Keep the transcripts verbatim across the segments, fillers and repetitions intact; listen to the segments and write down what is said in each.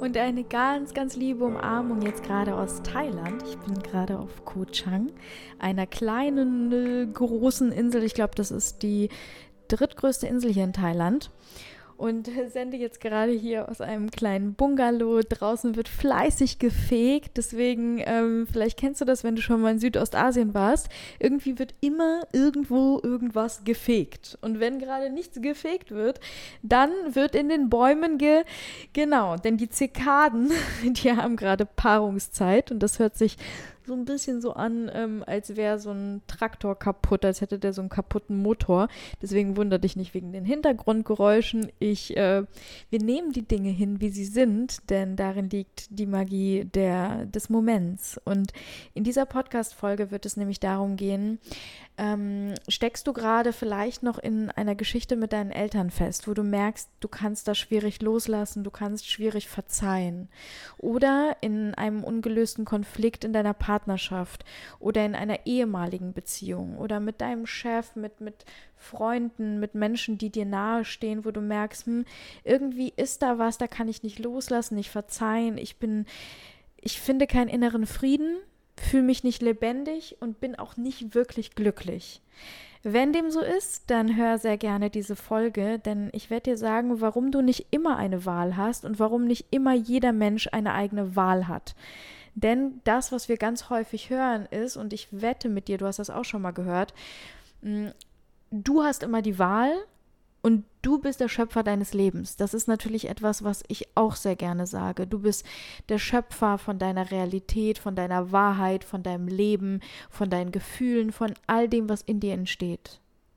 Und eine ganz, ganz liebe Umarmung jetzt gerade aus Thailand. Ich bin gerade auf Koh Chang, einer kleinen, äh, großen Insel. Ich glaube, das ist die drittgrößte Insel hier in Thailand. Und sende jetzt gerade hier aus einem kleinen Bungalow. Draußen wird fleißig gefegt. Deswegen, ähm, vielleicht kennst du das, wenn du schon mal in Südostasien warst. Irgendwie wird immer irgendwo irgendwas gefegt. Und wenn gerade nichts gefegt wird, dann wird in den Bäumen ge... Genau, denn die Zikaden, die haben gerade Paarungszeit. Und das hört sich so ein bisschen so an, ähm, als wäre so ein Traktor kaputt, als hätte der so einen kaputten Motor. Deswegen wundere dich nicht wegen den Hintergrundgeräuschen. Ich, äh, wir nehmen die Dinge hin, wie sie sind, denn darin liegt die Magie der, des Moments. Und in dieser Podcast-Folge wird es nämlich darum gehen, ähm, steckst du gerade vielleicht noch in einer Geschichte mit deinen Eltern fest, wo du merkst, du kannst das schwierig loslassen, du kannst schwierig verzeihen. Oder in einem ungelösten Konflikt in deiner Partnerschaft oder in einer ehemaligen Beziehung oder mit deinem Chef, mit, mit Freunden, mit Menschen, die dir nahestehen, wo du merkst, hm, irgendwie ist da was, da kann ich nicht loslassen, nicht verzeihen, ich bin, ich finde keinen inneren Frieden, fühle mich nicht lebendig und bin auch nicht wirklich glücklich. Wenn dem so ist, dann hör sehr gerne diese Folge, denn ich werde dir sagen, warum du nicht immer eine Wahl hast und warum nicht immer jeder Mensch eine eigene Wahl hat. Denn das, was wir ganz häufig hören ist, und ich wette mit dir, du hast das auch schon mal gehört, du hast immer die Wahl und du bist der Schöpfer deines Lebens. Das ist natürlich etwas, was ich auch sehr gerne sage. Du bist der Schöpfer von deiner Realität, von deiner Wahrheit, von deinem Leben, von deinen Gefühlen, von all dem, was in dir entsteht.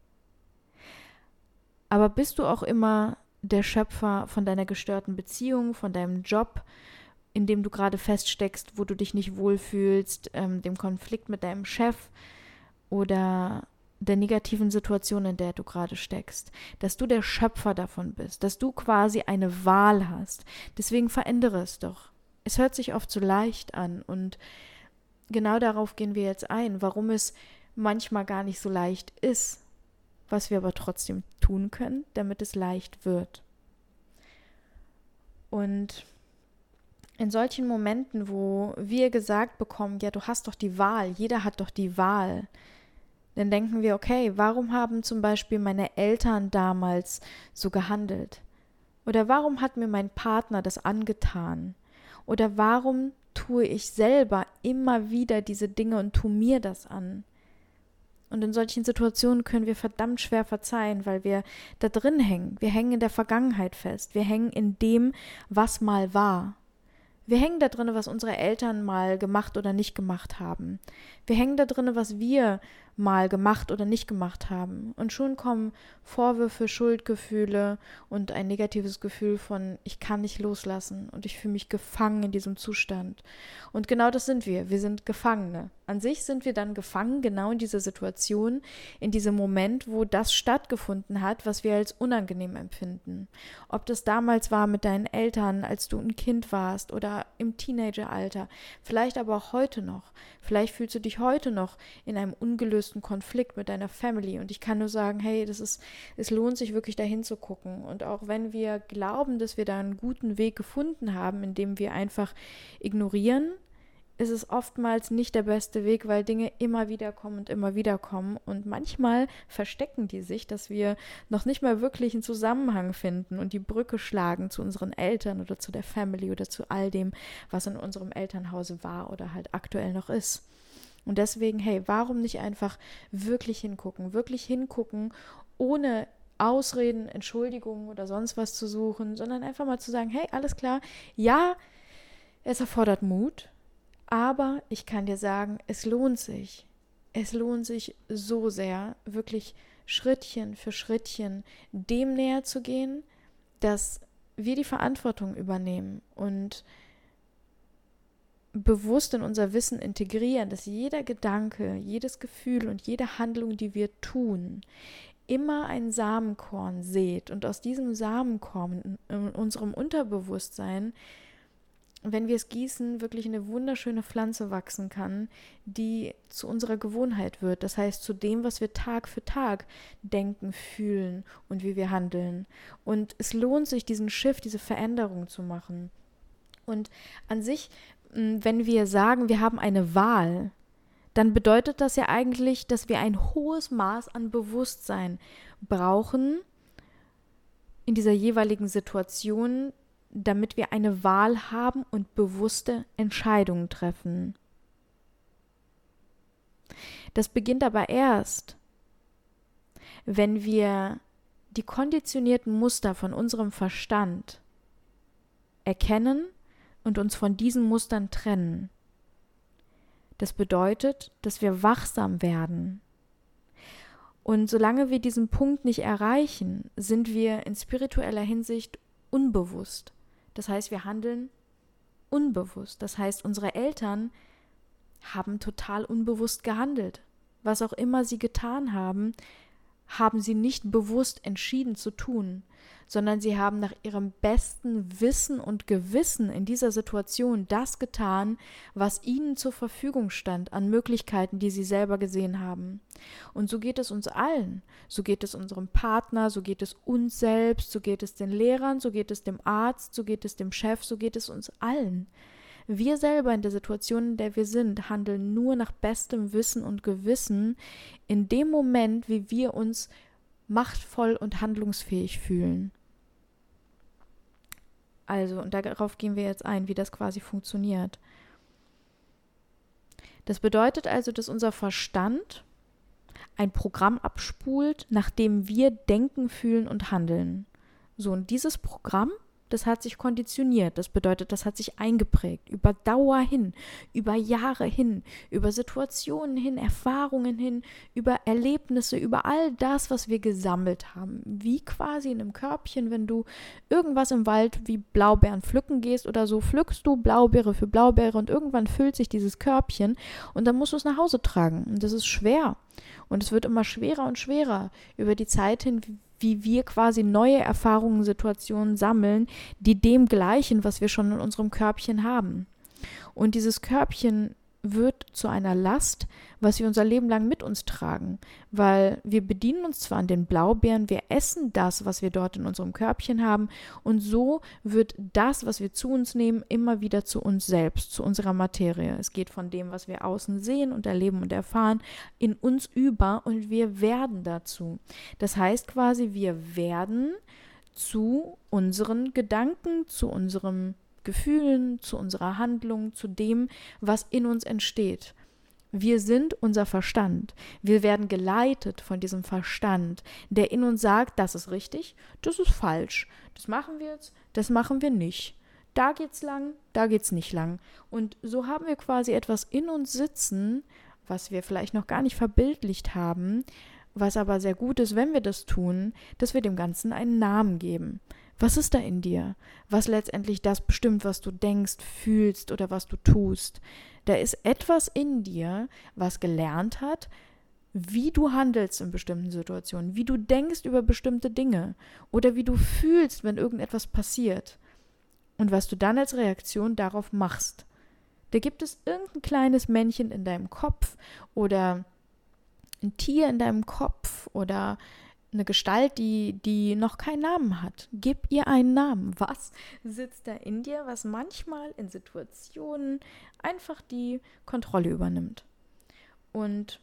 Aber bist du auch immer der Schöpfer von deiner gestörten Beziehung, von deinem Job, in dem du gerade feststeckst, wo du dich nicht wohlfühlst, ähm, dem Konflikt mit deinem Chef oder der negativen Situation, in der du gerade steckst, dass du der Schöpfer davon bist, dass du quasi eine Wahl hast. Deswegen verändere es doch. Es hört sich oft so leicht an und genau darauf gehen wir jetzt ein, warum es manchmal gar nicht so leicht ist, was wir aber trotzdem tun können, damit es leicht wird. Und in solchen Momenten, wo wir gesagt bekommen, ja, du hast doch die Wahl, jeder hat doch die Wahl, dann denken wir, okay, warum haben zum Beispiel meine Eltern damals so gehandelt? Oder warum hat mir mein Partner das angetan? Oder warum tue ich selber immer wieder diese Dinge und tue mir das an? Und in solchen Situationen können wir verdammt schwer verzeihen, weil wir da drin hängen. Wir hängen in der Vergangenheit fest. Wir hängen in dem, was mal war. Wir hängen da drin, was unsere Eltern mal gemacht oder nicht gemacht haben. Wir hängen da drin, was wir mal gemacht oder nicht gemacht haben. Und schon kommen Vorwürfe, Schuldgefühle und ein negatives Gefühl von, ich kann nicht loslassen und ich fühle mich gefangen in diesem Zustand. Und genau das sind wir. Wir sind Gefangene. An sich sind wir dann gefangen, genau in dieser Situation, in diesem Moment, wo das stattgefunden hat, was wir als unangenehm empfinden. Ob das damals war mit deinen Eltern, als du ein Kind warst oder im Teenageralter, vielleicht aber auch heute noch. Vielleicht fühlst du dich heute noch in einem ungelösten Konflikt mit deiner Family und ich kann nur sagen, hey, das ist, es lohnt sich wirklich dahin zu gucken und auch wenn wir glauben, dass wir da einen guten Weg gefunden haben, indem wir einfach ignorieren, ist es oftmals nicht der beste Weg, weil Dinge immer wieder kommen und immer wieder kommen und manchmal verstecken die sich, dass wir noch nicht mal wirklich einen Zusammenhang finden und die Brücke schlagen zu unseren Eltern oder zu der Family oder zu all dem, was in unserem Elternhause war oder halt aktuell noch ist. Und deswegen, hey, warum nicht einfach wirklich hingucken, wirklich hingucken, ohne Ausreden, Entschuldigungen oder sonst was zu suchen, sondern einfach mal zu sagen, hey, alles klar, ja, es erfordert Mut, aber ich kann dir sagen, es lohnt sich. Es lohnt sich so sehr, wirklich Schrittchen für Schrittchen dem näher zu gehen, dass wir die Verantwortung übernehmen und bewusst in unser Wissen integrieren, dass jeder Gedanke, jedes Gefühl und jede Handlung, die wir tun, immer ein Samenkorn sät und aus diesem Samenkorn in unserem Unterbewusstsein, wenn wir es gießen, wirklich eine wunderschöne Pflanze wachsen kann, die zu unserer Gewohnheit wird. Das heißt, zu dem, was wir Tag für Tag denken, fühlen und wie wir handeln. Und es lohnt sich, diesen Shift, diese Veränderung zu machen. Und an sich, wenn wir sagen, wir haben eine Wahl, dann bedeutet das ja eigentlich, dass wir ein hohes Maß an Bewusstsein brauchen in dieser jeweiligen Situation, damit wir eine Wahl haben und bewusste Entscheidungen treffen. Das beginnt aber erst, wenn wir die konditionierten Muster von unserem Verstand erkennen und uns von diesen Mustern trennen. Das bedeutet, dass wir wachsam werden. Und solange wir diesen Punkt nicht erreichen, sind wir in spiritueller Hinsicht unbewusst. Das heißt, wir handeln unbewusst. Das heißt, unsere Eltern haben total unbewusst gehandelt. Was auch immer sie getan haben, haben sie nicht bewusst entschieden zu tun, sondern sie haben nach ihrem besten Wissen und Gewissen in dieser Situation das getan, was ihnen zur Verfügung stand an Möglichkeiten, die sie selber gesehen haben. Und so geht es uns allen. So geht es unserem Partner, so geht es uns selbst, so geht es den Lehrern, so geht es dem Arzt, so geht es dem Chef, so geht es uns allen. Wir selber in der Situation, in der wir sind, handeln nur nach bestem Wissen und Gewissen in dem Moment, wie wir uns machtvoll und handlungsfähig fühlen. Also, und darauf gehen wir jetzt ein, wie das quasi funktioniert. Das bedeutet also, dass unser Verstand ein Programm abspult, nach dem wir denken, fühlen und handeln. So, und dieses Programm, das hat sich konditioniert. Das bedeutet, das hat sich eingeprägt, über Dauer hin, über Jahre hin, über Situationen hin, Erfahrungen hin, über Erlebnisse, über all das, was wir gesammelt haben. Wie quasi in einem Körbchen, wenn du irgendwas im Wald wie Blaubeeren pflücken gehst oder so, pflückst du Blaubeere für Blaubeere und irgendwann füllt sich dieses Körbchen und dann musst du es nach Hause tragen. Und das ist schwer. Und es wird immer schwerer und schwerer über die Zeit hin, wie wir quasi neue Erfahrungen, Situationen sammeln, die dem gleichen, was wir schon in unserem Körbchen haben. Und dieses Körbchen wird zu einer Last, was wir unser Leben lang mit uns tragen, weil wir bedienen uns zwar an den Blaubeeren, wir essen das, was wir dort in unserem Körbchen haben und so wird das, was wir zu uns nehmen, immer wieder zu uns selbst, zu unserer Materie. Es geht von dem, was wir außen sehen und erleben und erfahren, in uns über und wir werden dazu. Das heißt quasi, wir werden zu unseren Gedanken, zu unserem Gefühlen, zu unserer Handlung, zu dem, was in uns entsteht. Wir sind unser Verstand. Wir werden geleitet von diesem Verstand, der in uns sagt, das ist richtig, das ist falsch. Das machen wir jetzt, das machen wir nicht. Da geht's lang, da geht's nicht lang. Und so haben wir quasi etwas in uns sitzen, was wir vielleicht noch gar nicht verbildlicht haben, was aber sehr gut ist, wenn wir das tun, dass wir dem Ganzen einen Namen geben. Was ist da in dir? Was letztendlich das bestimmt, was du denkst, fühlst oder was du tust? Da ist etwas in dir, was gelernt hat, wie du handelst in bestimmten Situationen, wie du denkst über bestimmte Dinge oder wie du fühlst, wenn irgendetwas passiert und was du dann als Reaktion darauf machst. Da gibt es irgendein kleines Männchen in deinem Kopf oder ein Tier in deinem Kopf oder eine Gestalt, die, die noch keinen Namen hat. Gib ihr einen Namen. Was sitzt da in dir, was manchmal in Situationen einfach die Kontrolle übernimmt? Und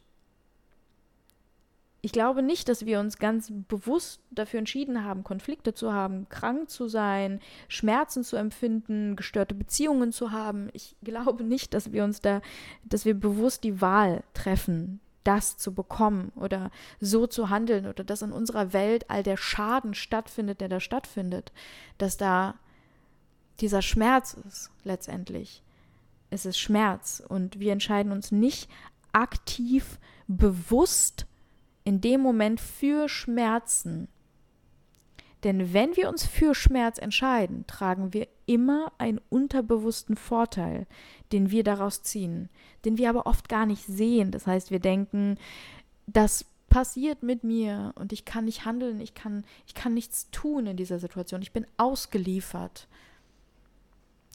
ich glaube nicht, dass wir uns ganz bewusst dafür entschieden haben, Konflikte zu haben, krank zu sein, Schmerzen zu empfinden, gestörte Beziehungen zu haben. Ich glaube nicht, dass wir uns da, dass wir bewusst die Wahl treffen, das zu bekommen oder so zu handeln oder dass in unserer Welt all der Schaden stattfindet, der da stattfindet, dass da dieser Schmerz ist letztendlich. Es ist Schmerz und wir entscheiden uns nicht aktiv, bewusst in dem Moment für Schmerzen. Denn wenn wir uns für Schmerz entscheiden, tragen wir immer einen unterbewussten Vorteil, den wir daraus ziehen, den wir aber oft gar nicht sehen. Das heißt, wir denken, das passiert mit mir und ich kann nicht handeln, ich kann, ich kann nichts tun in dieser Situation, ich bin ausgeliefert.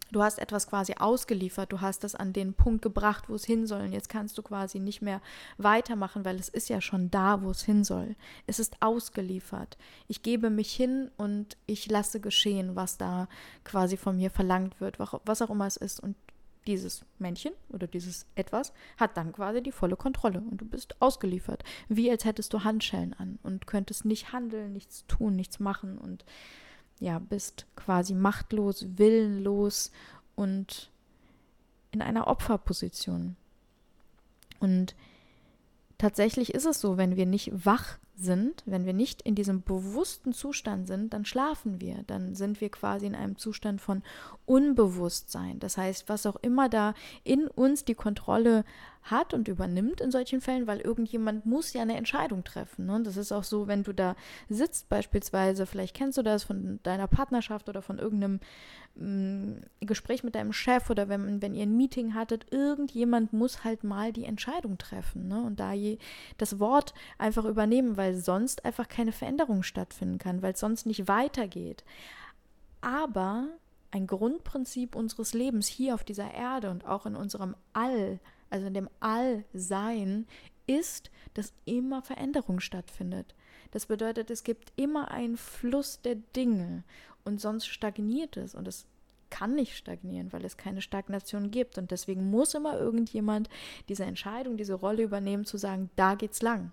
Du hast etwas quasi ausgeliefert, du hast das an den Punkt gebracht, wo es hin soll. Und jetzt kannst du quasi nicht mehr weitermachen, weil es ist ja schon da, wo es hin soll. Es ist ausgeliefert. Ich gebe mich hin und ich lasse geschehen, was da quasi von mir verlangt wird, was auch immer es ist. Und dieses Männchen oder dieses Etwas hat dann quasi die volle Kontrolle und du bist ausgeliefert. Wie als hättest du Handschellen an und könntest nicht handeln, nichts tun, nichts machen und ja, bist quasi machtlos, willenlos und in einer Opferposition. Und tatsächlich ist es so, wenn wir nicht wach sind, wenn wir nicht in diesem bewussten Zustand sind, dann schlafen wir, dann sind wir quasi in einem Zustand von Unbewusstsein. Das heißt, was auch immer da in uns die Kontrolle hat und übernimmt in solchen Fällen, weil irgendjemand muss ja eine Entscheidung treffen. Ne? Das ist auch so, wenn du da sitzt beispielsweise, vielleicht kennst du das von deiner Partnerschaft oder von irgendeinem mh, Gespräch mit deinem Chef oder wenn, wenn ihr ein Meeting hattet, irgendjemand muss halt mal die Entscheidung treffen, ne? Und da je, das Wort einfach übernehmen, weil sonst einfach keine Veränderung stattfinden kann, weil es sonst nicht weitergeht. Aber ein Grundprinzip unseres Lebens hier auf dieser Erde und auch in unserem All, also in dem Allsein, ist, dass immer Veränderung stattfindet. Das bedeutet, es gibt immer einen Fluss der Dinge und sonst stagniert es und es kann nicht stagnieren, weil es keine Stagnation gibt und deswegen muss immer irgendjemand diese Entscheidung, diese Rolle übernehmen, zu sagen, da geht's lang.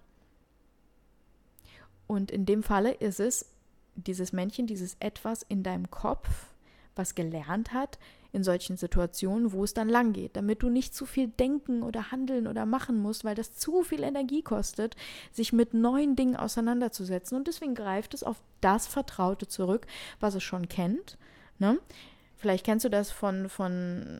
Und in dem Falle ist es dieses Männchen, dieses Etwas in deinem Kopf, was gelernt hat, in solchen Situationen, wo es dann lang geht, damit du nicht zu viel denken oder handeln oder machen musst, weil das zu viel Energie kostet, sich mit neuen Dingen auseinanderzusetzen. Und deswegen greift es auf das Vertraute zurück, was es schon kennt. Ne? Vielleicht kennst du das von, von,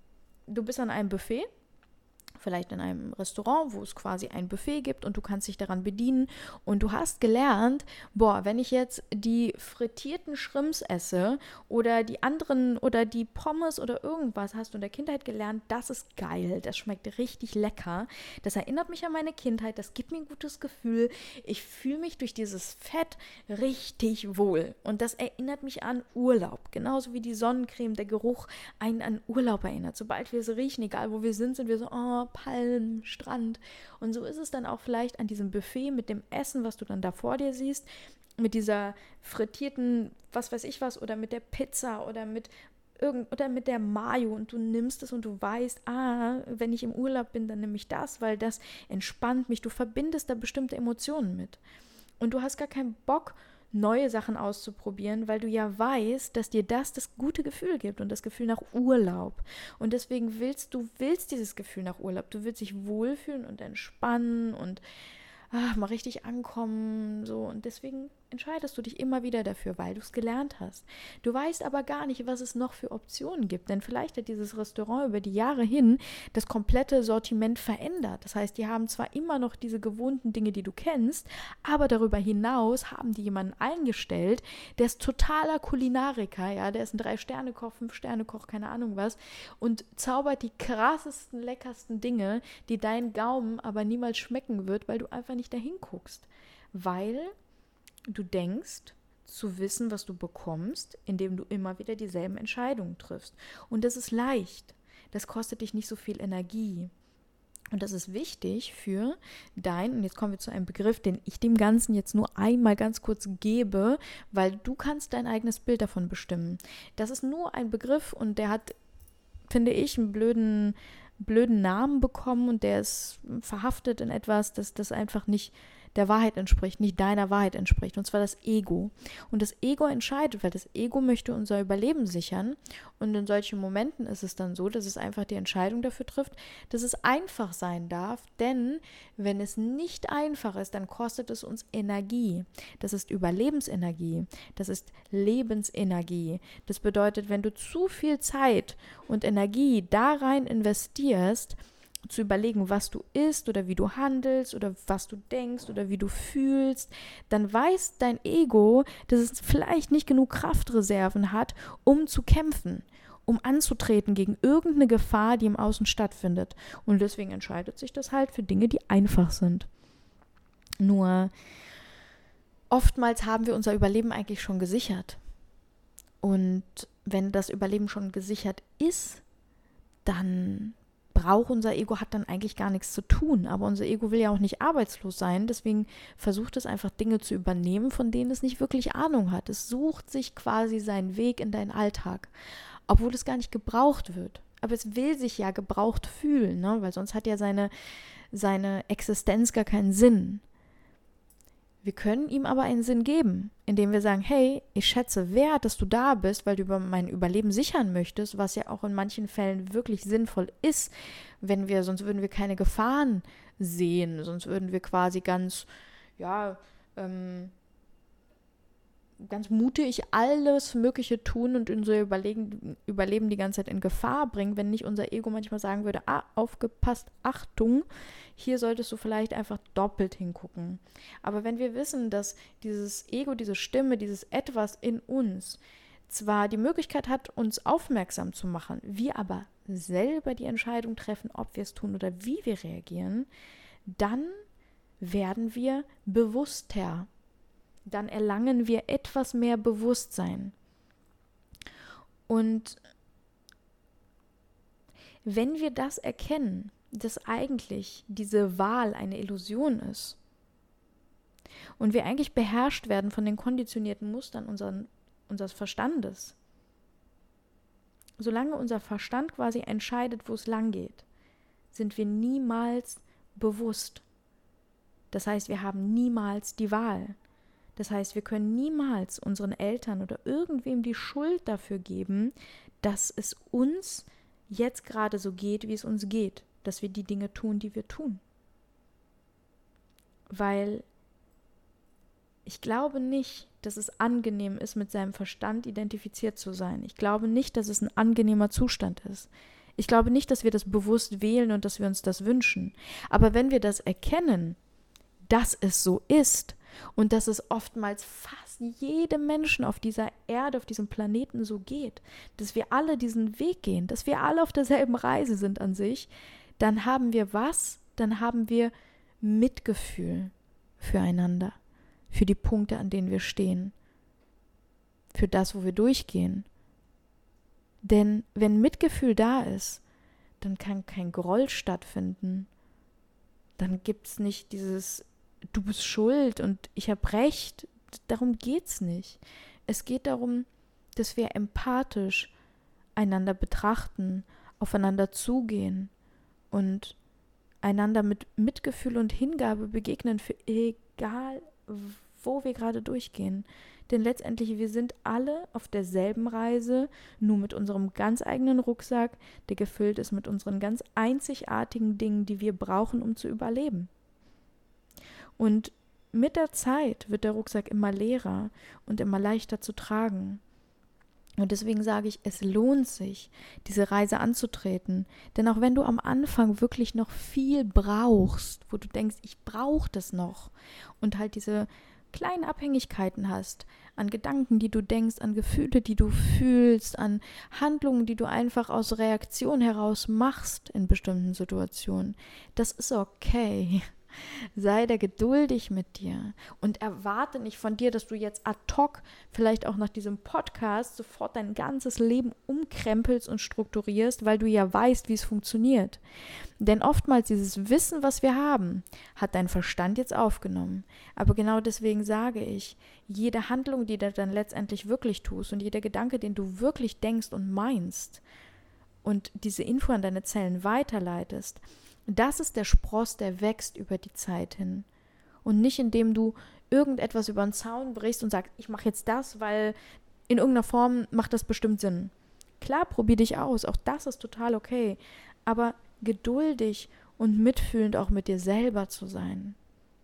du bist an einem Buffet, vielleicht in einem Restaurant, wo es quasi ein Buffet gibt und du kannst dich daran bedienen und du hast gelernt, boah, wenn ich jetzt die frittierten Shrimps esse oder die anderen oder die Pommes oder irgendwas, hast du in der Kindheit gelernt, das ist geil, das schmeckt richtig lecker, das erinnert mich an meine Kindheit, das gibt mir ein gutes Gefühl, ich fühle mich durch dieses Fett richtig wohl und das erinnert mich an Urlaub, genauso wie die Sonnencreme, der Geruch einen an Urlaub erinnert. Sobald wir es riechen, egal wo wir sind, sind wir so, oh, Palmen, Strand. Und so ist es dann auch vielleicht an diesem Buffet mit dem Essen, was du dann da vor dir siehst, mit dieser frittierten, was weiß ich was, oder mit der Pizza oder mit irgend oder mit der Mayo und du nimmst es und du weißt, ah, wenn ich im Urlaub bin, dann nehme ich das, weil das entspannt mich. Du verbindest da bestimmte Emotionen mit. Und du hast gar keinen Bock, neue Sachen auszuprobieren, weil du ja weißt, dass dir das das gute Gefühl gibt und das Gefühl nach Urlaub. Und deswegen willst du willst dieses Gefühl nach Urlaub. Du willst dich wohlfühlen und entspannen und ah, mal richtig ankommen, so. Und deswegen entscheidest du dich immer wieder dafür, weil du es gelernt hast. Du weißt aber gar nicht, was es noch für Optionen gibt, denn vielleicht hat dieses Restaurant über die Jahre hin das komplette Sortiment verändert. Das heißt, die haben zwar immer noch diese gewohnten Dinge, die du kennst, aber darüber hinaus haben die jemanden eingestellt, der ist totaler Kulinariker, ja, der ist ein Drei-Sterne-Koch, Fünf-Sterne-Koch, keine Ahnung was, und zaubert die krassesten, leckersten Dinge, die dein Gaumen aber niemals schmecken wird, weil du einfach nicht dahin guckst, weil du denkst, zu wissen, was du bekommst, indem du immer wieder dieselben Entscheidungen triffst. Und das ist leicht. Das kostet dich nicht so viel Energie. Und das ist wichtig für dein, und jetzt kommen wir zu einem Begriff, den ich dem Ganzen jetzt nur einmal ganz kurz gebe, weil du kannst dein eigenes Bild davon bestimmen. Das ist nur ein Begriff und der hat, finde ich, einen blöden, blöden Namen bekommen und der ist verhaftet in etwas, das, das einfach nicht der Wahrheit entspricht, nicht deiner Wahrheit entspricht, und zwar das Ego. Und das Ego entscheidet, weil das Ego möchte unser Überleben sichern und in solchen Momenten ist es dann so, dass es einfach die Entscheidung dafür trifft, dass es einfach sein darf, denn wenn es nicht einfach ist, dann kostet es uns Energie. Das ist Überlebensenergie, das ist Lebensenergie. Das bedeutet, wenn du zu viel Zeit und Energie da rein investierst, zu überlegen, was du isst oder wie du handelst oder was du denkst oder wie du fühlst, dann weiß dein Ego, dass es vielleicht nicht genug Kraftreserven hat, um zu kämpfen, um anzutreten gegen irgendeine Gefahr, die im Außen stattfindet. Und deswegen entscheidet sich das halt für Dinge, die einfach sind. Nur oftmals haben wir unser Überleben eigentlich schon gesichert. Und wenn das Überleben schon gesichert ist, dann braucht unser Ego, hat dann eigentlich gar nichts zu tun. Aber unser Ego will ja auch nicht arbeitslos sein. Deswegen versucht es einfach Dinge zu übernehmen, von denen es nicht wirklich Ahnung hat. Es sucht sich quasi seinen Weg in deinen Alltag, obwohl es gar nicht gebraucht wird. Aber es will sich ja gebraucht fühlen, ne? Weil sonst hat ja seine, seine Existenz gar keinen Sinn. Wir können ihm aber einen Sinn geben, indem wir sagen, hey, ich schätze wert, dass du da bist, weil du über mein Überleben sichern möchtest, was ja auch in manchen Fällen wirklich sinnvoll ist, wenn wir, sonst würden wir keine Gefahren sehen, sonst würden wir quasi ganz, ja, ähm, ganz mutig alles Mögliche tun und unser Überleben, Überleben die ganze Zeit in Gefahr bringen, wenn nicht unser Ego manchmal sagen würde, ah, aufgepasst, Achtung, hier solltest du vielleicht einfach doppelt hingucken. Aber wenn wir wissen, dass dieses Ego, diese Stimme, dieses Etwas in uns zwar die Möglichkeit hat, uns aufmerksam zu machen, wir aber selber die Entscheidung treffen, ob wir es tun oder wie wir reagieren, dann werden wir bewusster. Dann erlangen wir etwas mehr Bewusstsein. Und wenn wir das erkennen, dass eigentlich diese Wahl eine Illusion ist und wir eigentlich beherrscht werden von den konditionierten Mustern unseren, unseres Verstandes, solange unser Verstand quasi entscheidet, wo es lang geht, sind wir niemals bewusst. Das heißt, wir haben niemals die Wahl. Das heißt, wir können niemals unseren Eltern oder irgendwem die Schuld dafür geben, dass es uns jetzt gerade so geht, wie es uns geht, dass wir die Dinge tun, die wir tun. Weil ich glaube nicht, dass es angenehm ist, mit seinem Verstand identifiziert zu sein. Ich glaube nicht, dass es ein angenehmer Zustand ist. Ich glaube nicht, dass wir das bewusst wählen und dass wir uns das wünschen. Aber wenn wir das erkennen, dass es so ist, und dass es oftmals fast jedem Menschen auf dieser Erde, auf diesem Planeten so geht, dass wir alle diesen Weg gehen, dass wir alle auf derselben Reise sind an sich, dann haben wir was? Dann haben wir Mitgefühl füreinander, für die Punkte, an denen wir stehen, für das, wo wir durchgehen. Denn wenn Mitgefühl da ist, dann kann kein Groll stattfinden. Dann gibt es nicht dieses du bist schuld und ich habe recht. Darum geht's nicht. Es geht darum, dass wir empathisch einander betrachten, aufeinander zugehen und einander mit Mitgefühl und Hingabe begegnen, für egal, wo wir gerade durchgehen. Denn letztendlich, wir sind alle auf derselben Reise, nur mit unserem ganz eigenen Rucksack, der gefüllt ist mit unseren ganz einzigartigen Dingen, die wir brauchen, um zu überleben. Und mit der Zeit wird der Rucksack immer leerer und immer leichter zu tragen. Und deswegen sage ich, es lohnt sich, diese Reise anzutreten. Denn auch wenn du am Anfang wirklich noch viel brauchst, wo du denkst, ich brauche das noch, und halt diese kleinen Abhängigkeiten hast, an Gedanken, die du denkst, an Gefühle, die du fühlst, an Handlungen, die du einfach aus Reaktion heraus machst in bestimmten Situationen, das ist okay. Sei da geduldig mit dir und erwarte nicht von dir, dass du jetzt ad hoc, vielleicht auch nach diesem Podcast, sofort dein ganzes Leben umkrempelst und strukturierst, weil du ja weißt, wie es funktioniert. Denn oftmals dieses Wissen, was wir haben, hat dein Verstand jetzt aufgenommen. Aber genau deswegen sage ich, jede Handlung, die du dann letztendlich wirklich tust und jeder Gedanke, den du wirklich denkst und meinst und diese Info an deine Zellen weiterleitest, das ist der Spross, der wächst über die Zeit hin. Und nicht, indem du irgendetwas über den Zaun brichst und sagst, ich mache jetzt das, weil in irgendeiner Form macht das bestimmt Sinn. Klar, probier dich aus, auch das ist total okay. Aber geduldig und mitfühlend auch mit dir selber zu sein.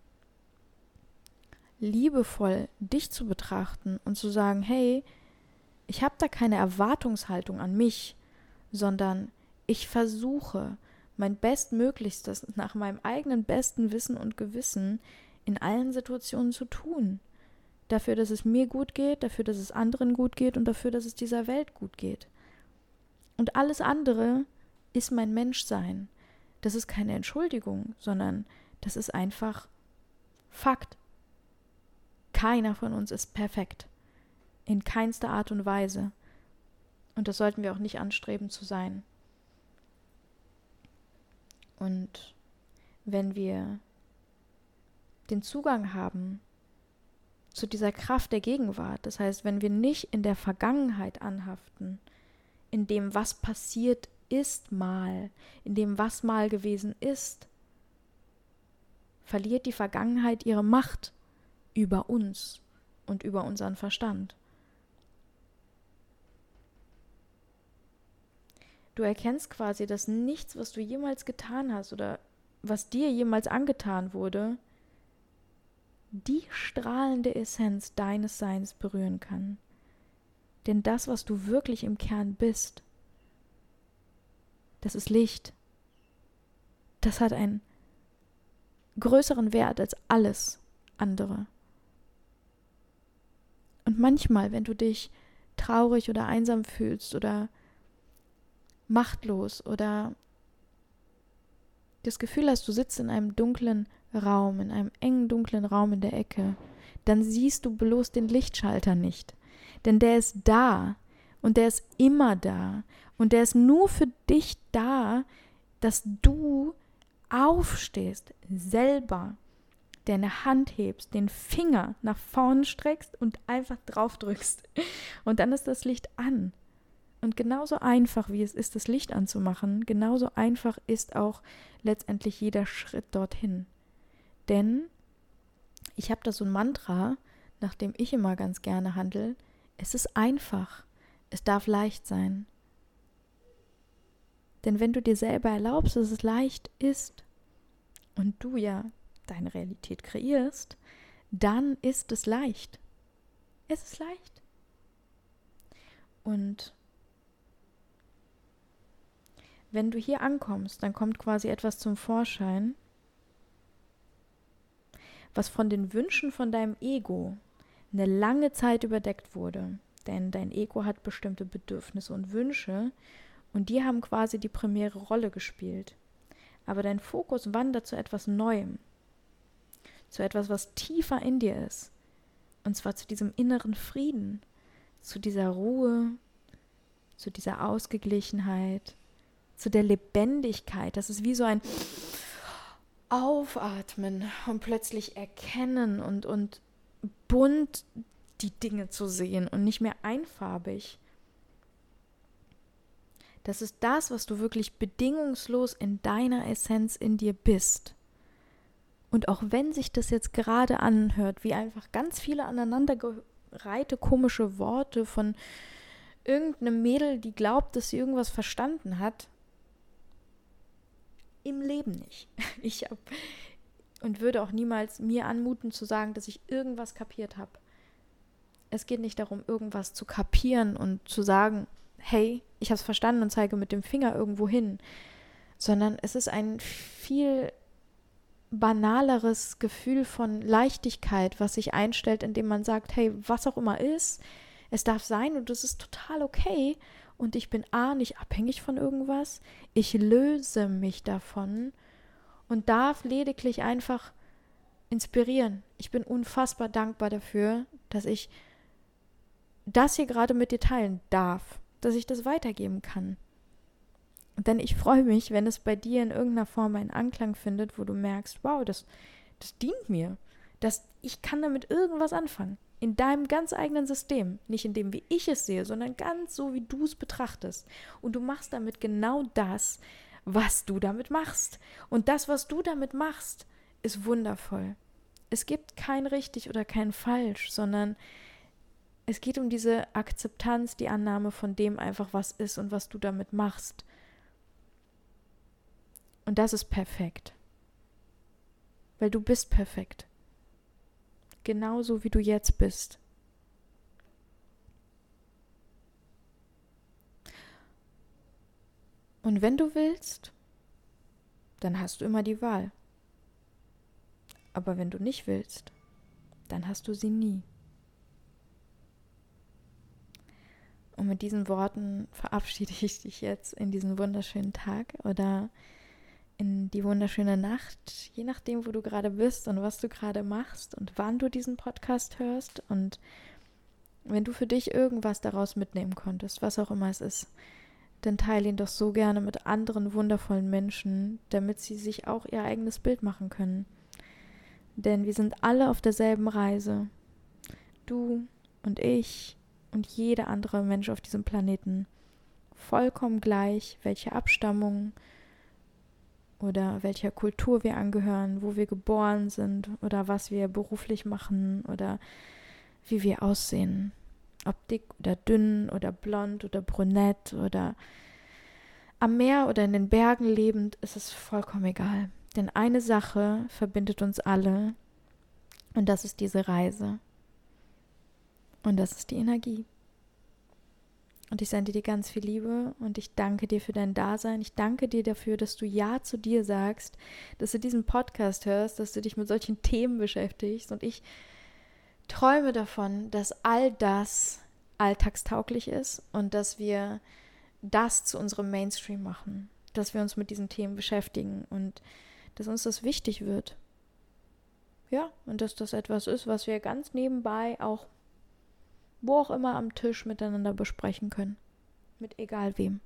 Liebevoll dich zu betrachten und zu sagen, hey, ich habe da keine Erwartungshaltung an mich, sondern ich versuche, mein Bestmöglichstes nach meinem eigenen besten Wissen und Gewissen in allen Situationen zu tun. Dafür, dass es mir gut geht, dafür, dass es anderen gut geht und dafür, dass es dieser Welt gut geht. Und alles andere ist mein Menschsein. Das ist keine Entschuldigung, sondern das ist einfach Fakt. Keiner von uns ist perfekt. In keinster Art und Weise. Und das sollten wir auch nicht anstreben zu sein. Und wenn wir den Zugang haben zu dieser Kraft der Gegenwart, das heißt, wenn wir nicht in der Vergangenheit anhaften, in dem, was passiert ist mal, in dem, was mal gewesen ist, verliert die Vergangenheit ihre Macht über uns und über unseren Verstand. Du erkennst quasi, dass nichts, was du jemals getan hast oder was dir jemals angetan wurde, die strahlende Essenz deines Seins berühren kann. Denn das, was du wirklich im Kern bist, das ist Licht. Das hat einen größeren Wert als alles andere. Und manchmal, wenn du dich traurig oder einsam fühlst oder machtlos oder das Gefühl hast, du sitzt in einem dunklen Raum, in einem engen, dunklen Raum in der Ecke, dann siehst du bloß den Lichtschalter nicht. Denn der ist da und der ist immer da und der ist nur für dich da, dass du aufstehst, selber deine Hand hebst, den Finger nach vorne streckst und einfach drauf drückst. Und dann ist das Licht an. Und genauso einfach, wie es ist, das Licht anzumachen, genauso einfach ist auch letztendlich jeder Schritt dorthin. Denn ich habe da so ein Mantra, nach dem ich immer ganz gerne handle. Es ist einfach. Es darf leicht sein. Denn wenn du dir selber erlaubst, dass es leicht ist und du ja deine Realität kreierst, dann ist es leicht. Es ist leicht. Und wenn du hier ankommst, dann kommt quasi etwas zum Vorschein, was von den Wünschen von deinem Ego eine lange Zeit überdeckt wurde. Denn dein Ego hat bestimmte Bedürfnisse und Wünsche und die haben quasi die primäre Rolle gespielt. Aber dein Fokus wandert zu etwas Neuem, zu etwas, was tiefer in dir ist. Und zwar zu diesem inneren Frieden, zu dieser Ruhe, zu dieser Ausgeglichenheit, zu der Lebendigkeit. Das ist wie so ein Aufatmen und plötzlich erkennen und, und bunt die Dinge zu sehen und nicht mehr einfarbig. Das ist das, was du wirklich bedingungslos in deiner Essenz in dir bist. Und auch wenn sich das jetzt gerade anhört, wie einfach ganz viele aneinandergereihte komische Worte von irgendeinem Mädel, die glaubt, dass sie irgendwas verstanden hat, im Leben nicht. Ich habe und würde auch niemals mir anmuten zu sagen, dass ich irgendwas kapiert habe. Es geht nicht darum, irgendwas zu kapieren und zu sagen, hey, ich habe es verstanden und zeige mit dem Finger irgendwo hin, sondern es ist ein viel banaleres Gefühl von Leichtigkeit, was sich einstellt, indem man sagt, hey, was auch immer ist, es darf sein und es ist total okay und ich bin A, nicht abhängig von irgendwas, ich löse mich davon und darf lediglich einfach inspirieren. Ich bin unfassbar dankbar dafür, dass ich das hier gerade mit dir teilen darf, dass ich das weitergeben kann. Denn ich freue mich, wenn es bei dir in irgendeiner Form einen Anklang findet, wo du merkst, wow, das, das dient mir. Das, ich kann damit irgendwas anfangen. In deinem ganz eigenen System. Nicht in dem, wie ich es sehe, sondern ganz so, wie du es betrachtest. Und du machst damit genau das, was du damit machst. Und das, was du damit machst, ist wundervoll. Es gibt kein richtig oder kein falsch, sondern es geht um diese Akzeptanz, die Annahme von dem einfach, was ist und was du damit machst. Und das ist perfekt. Weil du bist perfekt. Genauso wie du jetzt bist. Und wenn du willst, dann hast du immer die Wahl. Aber wenn du nicht willst, dann hast du sie nie. Und mit diesen Worten verabschiede ich dich jetzt in diesen wunderschönen Tag oder in die wunderschöne Nacht, je nachdem, wo du gerade bist und was du gerade machst und wann du diesen Podcast hörst. Und Wenn du für dich irgendwas daraus mitnehmen konntest, was auch immer es ist, dann teile ihn doch so gerne mit anderen wundervollen Menschen, damit sie sich auch ihr eigenes Bild machen können. Denn wir sind alle auf derselben Reise. Du und ich und jeder andere Mensch auf diesem Planeten. Vollkommen gleich, welche Abstammung oder welcher Kultur wir angehören, wo wir geboren sind oder was wir beruflich machen oder wie wir aussehen. Ob dick oder dünn oder blond oder brünett oder am Meer oder in den Bergen lebend, ist es vollkommen egal. Denn eine Sache verbindet uns alle und das ist diese Reise. Und das ist die Energie. Und ich sende dir ganz viel Liebe und ich danke dir für dein Dasein. Ich danke dir dafür, dass du Ja zu dir sagst, dass du diesen Podcast hörst, dass du dich mit solchen Themen beschäftigst. Und ich träume davon, dass all das alltagstauglich ist und dass wir das zu unserem Mainstream machen, dass wir uns mit diesen Themen beschäftigen und dass uns das wichtig wird. Ja, und dass das etwas ist, was wir ganz nebenbei auch wo auch immer am Tisch miteinander besprechen können. Mit egal wem.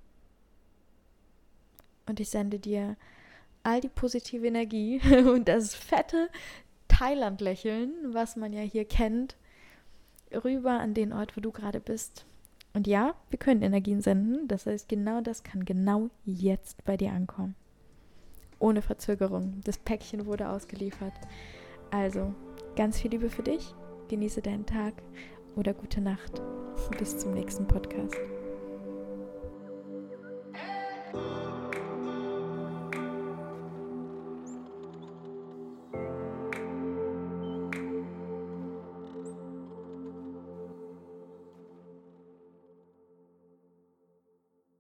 Und ich sende dir all die positive Energie und das fette Thailand-Lächeln, was man ja hier kennt, rüber an den Ort, wo du gerade bist. Und ja, wir können Energien senden. Das heißt, genau das kann genau jetzt bei dir ankommen. Ohne Verzögerung. Das Päckchen wurde ausgeliefert. Also, ganz viel Liebe für dich. Genieße deinen Tag oder gute Nacht. Bis zum nächsten Podcast.